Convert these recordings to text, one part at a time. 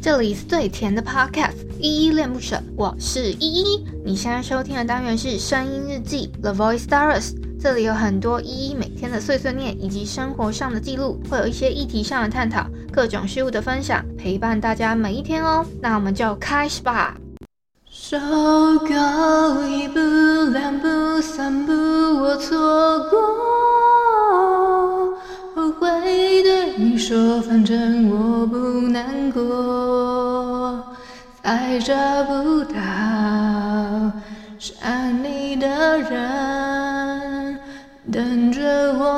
这里是最甜的 Podcast， 依依恋不舍，我是依依。你现在收听的单元是声音日记 The Voice Diaries， 这里有很多依依每天的碎碎念以及生活上的记录，会有一些议题上的探讨，各种事物的分享，陪伴大家每一天哦。那我们就开始吧。 手够一步两步三步我错过，后悔对你说反正我不难过，再找不到想你的人等着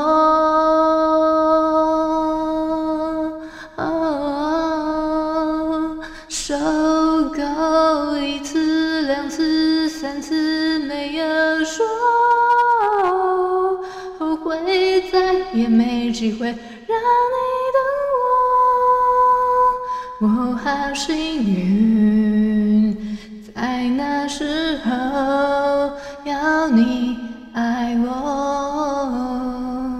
我，受够一次两次三次没有说，后悔再也没机会让你等我，我好幸运在那时候要你爱我。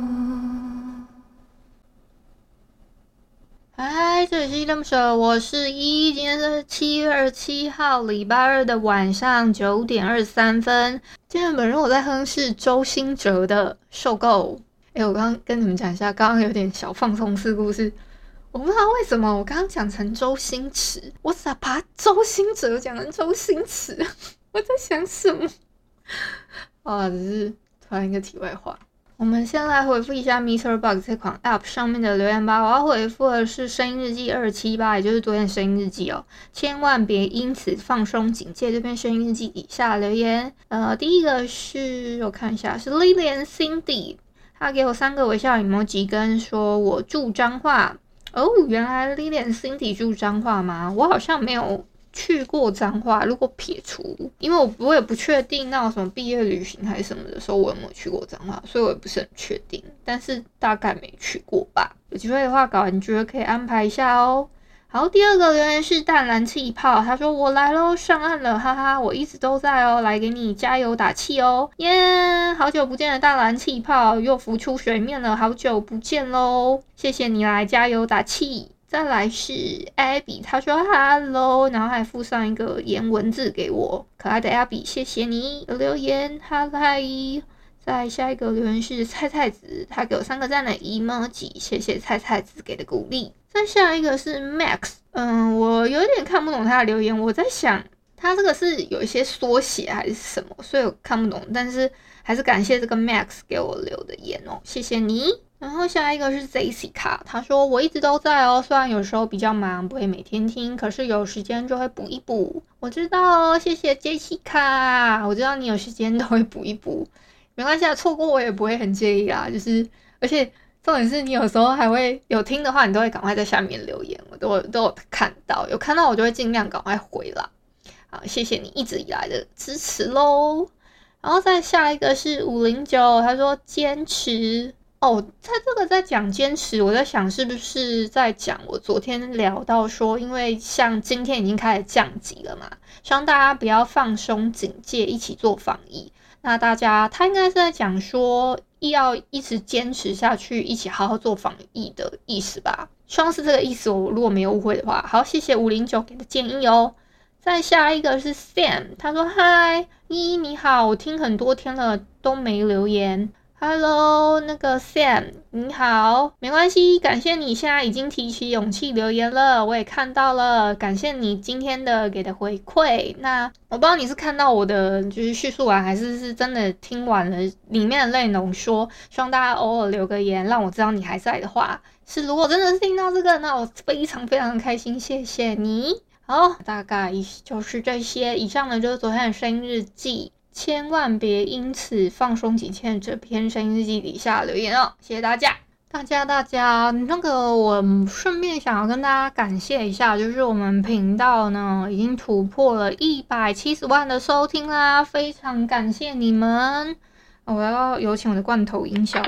嗨，这里是依依恋不舍，我是依依。今天是7月27号礼拜二的晚上9点23分。今天本人我在哼是周兴哲的《受够》。我刚刚跟你们讲一下，刚刚有点小放松事故是，我不知道为什么我刚刚讲成周星驰，我咋把周兴哲讲成周星驰？我在想什么？只是突然一个题外话。我们先来回复一下 MixerBox 这款 App 上面的留言吧。我要回复的是声音日记278，也就是昨天的声音日记哦。千万别因此放松警戒。这篇声音日记底下留言，第一个是我看一下，是 Lilian Cindy， 他给我3个微笑 emoji 跟说我住彰化。原来 Lilian Cindy 住彰化吗？我好像没有去过彰化，如果撇除，因为我也不确定那种什么毕业旅行还是什么的时候我有没有去过彰化，所以我也不是很确定，但是大概没去过吧。有机会的话感觉可以安排一下哦。好，第二个留言是淡蓝气泡，他说我来咯，上岸了，哈哈，我一直都在哦，来给你加油打气哦，耶！好久不见的淡蓝气泡又浮出水面了，好久不见咯，谢谢你来加油打气。再来是 Abby， 他说 Hello， 然后还附上一个颜文字给我，可爱的 Abby， 谢谢你的留言 Hi。 再下一个留言是菜菜子，他给我3个赞的 emoji， 谢谢菜菜子给的鼓励。再下一个是 Max， 我有点看不懂他的留言，我在想他这个是有一些缩写还是什么，所以我看不懂，但是还是感谢这个 Max 给我留的言哦，谢谢你。然后下一个是 Jessica， 他说我一直都在哦，虽然有时候比较忙不会每天听，可是有时间就会补一补。我知道哦，谢谢 Jessica， 我知道你有时间都会补一补，没关系啊，错过我也不会很介意啦，就是而且重点是你有时候还会有听的话，你都会赶快在下面留言，我都有看到，有看到我就会尽量赶快回啦。好，谢谢你一直以来的支持咯。然后再下一个是509，他说坚持。他这个在讲坚持，我在想是不是在讲我昨天聊到说，因为像今天已经开始降级了嘛，希望大家不要放松警戒，一起做防疫。那他应该是在讲说要一直坚持下去，一起好好做防疫的意思吧，希望是这个意思，我如果没有误会的话。好，谢谢509给的建议哦。再下一个是 Sam， 他说嗨，依依你好，我听很多天了都没留言。Hello， 那个 Sam， 你好，没关系，感谢你现在已经提起勇气留言了，我也看到了，感谢你今天的给的回馈。那我不知道你是看到我的就是叙述完，还是真的听完了里面的内容说，希望大家偶尔留个言，让我知道你还在的话，如果真的是听到这个，那我非常非常开心，谢谢你。好，大概就是这些，以上呢就是昨天的声音日记。千万别因此放松警戒，这篇声音日记底下留言哦，谢谢大家。大家，那个我顺便想要跟大家感谢一下，就是我们频道呢已经突破了170万的收听啦，非常感谢你们。我要有请我的罐头音效，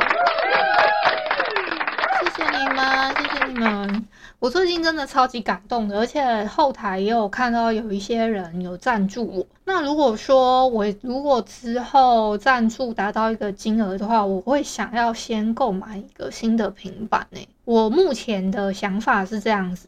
谢谢你们，谢谢你们。我最近真的超级感动的，而且后台也有看到有一些人有赞助我。那如果说如果之后赞助达到一个金额的话，我会想要先购买一个新的平板。我目前的想法是这样子啦，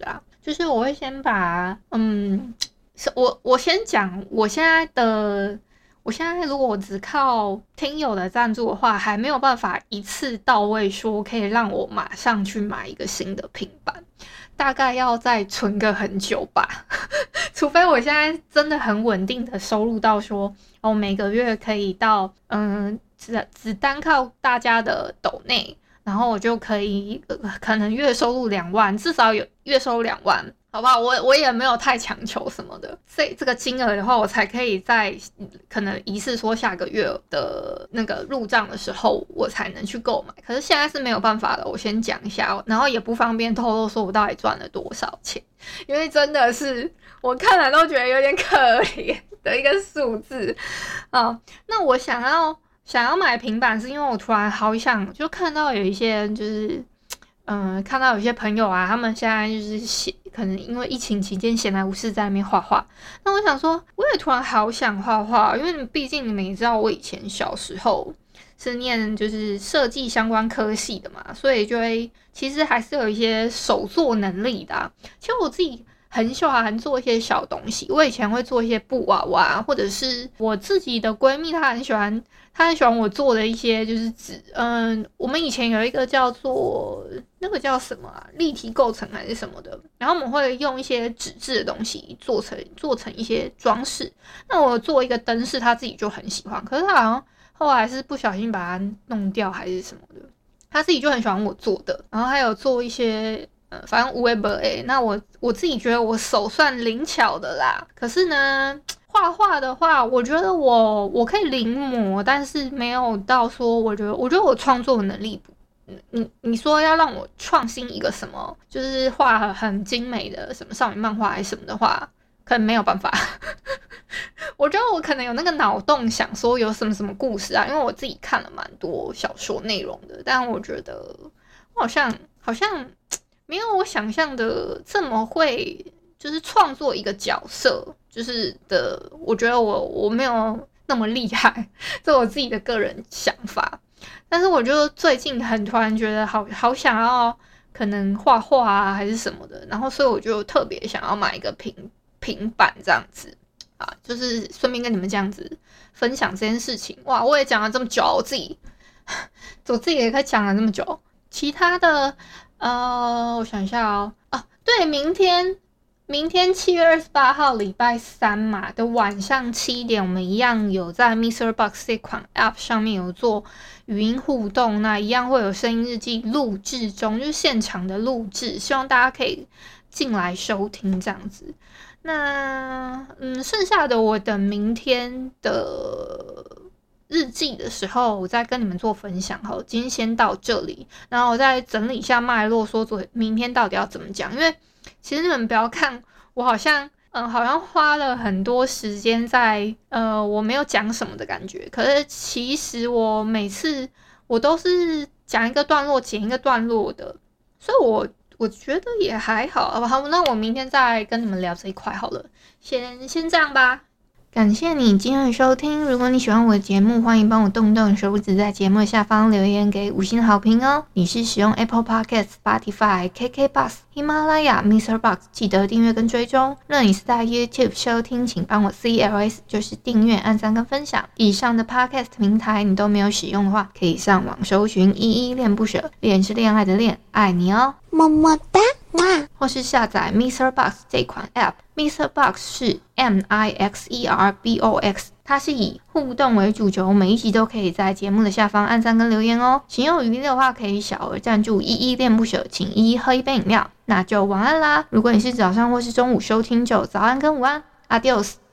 就是我会先把我先讲我现在如果我只靠听友的赞助的话，还没有办法一次到位说可以让我马上去买一个新的平板，大概要再存个很久吧。除非我现在真的很稳定的收入到说每个月可以到只单靠大家的抖内，然后我就可以可能月收入2万，至少有月收入2万，好不好？我也没有太强求什么的，所以这个金额的话，我才可以在可能疑似说下个月的那个入账的时候，我才能去购买。可是现在是没有办法的，我先讲一下，然后也不方便透露说我到底赚了多少钱，因为真的是我看了都觉得有点可怜的一个数字啊。那我想要买平板，是因为我突然好想就看到有一些就是看到有些朋友啊，他们现在就是可能因为疫情期间闲来无事在那边画画。那我想说，我也突然好想画画，因为毕竟你们也知道，我以前小时候是念就是设计相关科系的嘛，所以就会其实还是有一些手作能力的其实我自己很喜欢做一些小东西，我以前会做一些布娃娃，或者是我自己的闺蜜她很喜欢我做的一些就是纸，我们以前有一个叫做那个叫什么立体构成还是什么的，然后我们会用一些纸质的东西做成一些装饰。那我做一个灯饰，她自己就很喜欢，可是她好像后来是不小心把它弄掉还是什么的，她自己就很喜欢我做的，然后还有做一些。反正无为不那我自己觉得我手算灵巧的啦。可是呢，画画的话，我觉得我可以临摹，但是没有到说，我觉得我创作能力不。你说要让我创新一个什么，就是画很精美的什么少女漫画还是什么的话，可能没有办法。我觉得我可能有那个脑洞，想说有什么故事啊，因为我自己看了蛮多小说内容的，但我觉得我好像。没有我想象的这么会，就是创作一个角色，就是我觉得我没有那么厉害，这我自己的个人想法。但是我就最近很突然觉得好想要，可能画画啊还是什么的，然后所以我就特别想要买一个平板这样子啊，就是顺便跟你们这样子分享这件事情。哇，我也讲了这么久，我自己也可以讲了这么久，其他的。我想一下对，明天7月28号礼拜三嘛的晚上7点，我们一样有在 MixerBox 这款 App 上面有做语音互动，那一样会有声音日记录制中，就是现场的录制，希望大家可以进来收听这样子。那剩下的我等明天的日记的时候，我再跟你们做分享。好，今天先到这里，然后我再整理一下脉络，说明天到底要怎么讲。因为其实你们不要看我好像花了很多时间在我没有讲什么的感觉，可是其实我每次我都是讲一个段落剪一个段落的，所以我觉得也还好。好，那我明天再跟你们聊这一块好了，先这样吧。感谢你今天的收听，如果你喜欢我的节目，欢迎帮我动动手指在节目下方留言给5星好评哦。你是使用 Apple Podcast、Spotify、KKBOX、喜马拉雅、MixerBox， 记得订阅跟追踪。若你是在 YouTube 收听，请帮我 CLS， 就是订阅、按赞跟分享。以上的 Podcast 平台你都没有使用的话，可以上网搜寻依依恋不舍，恋是恋爱的恋，爱你哦，么么哒。或是下载 MixerBox 这款 App，MixerBox 是 MIXERBOX， 它是以互动为主轴，每一集都可以在节目的下方按赞跟留言哦。行有余力的话，可以小额赞助依依恋不舍，请依依喝一杯饮料。那就晚安啦！如果你是早上或是中午收听，就早安跟午安 ，Adios。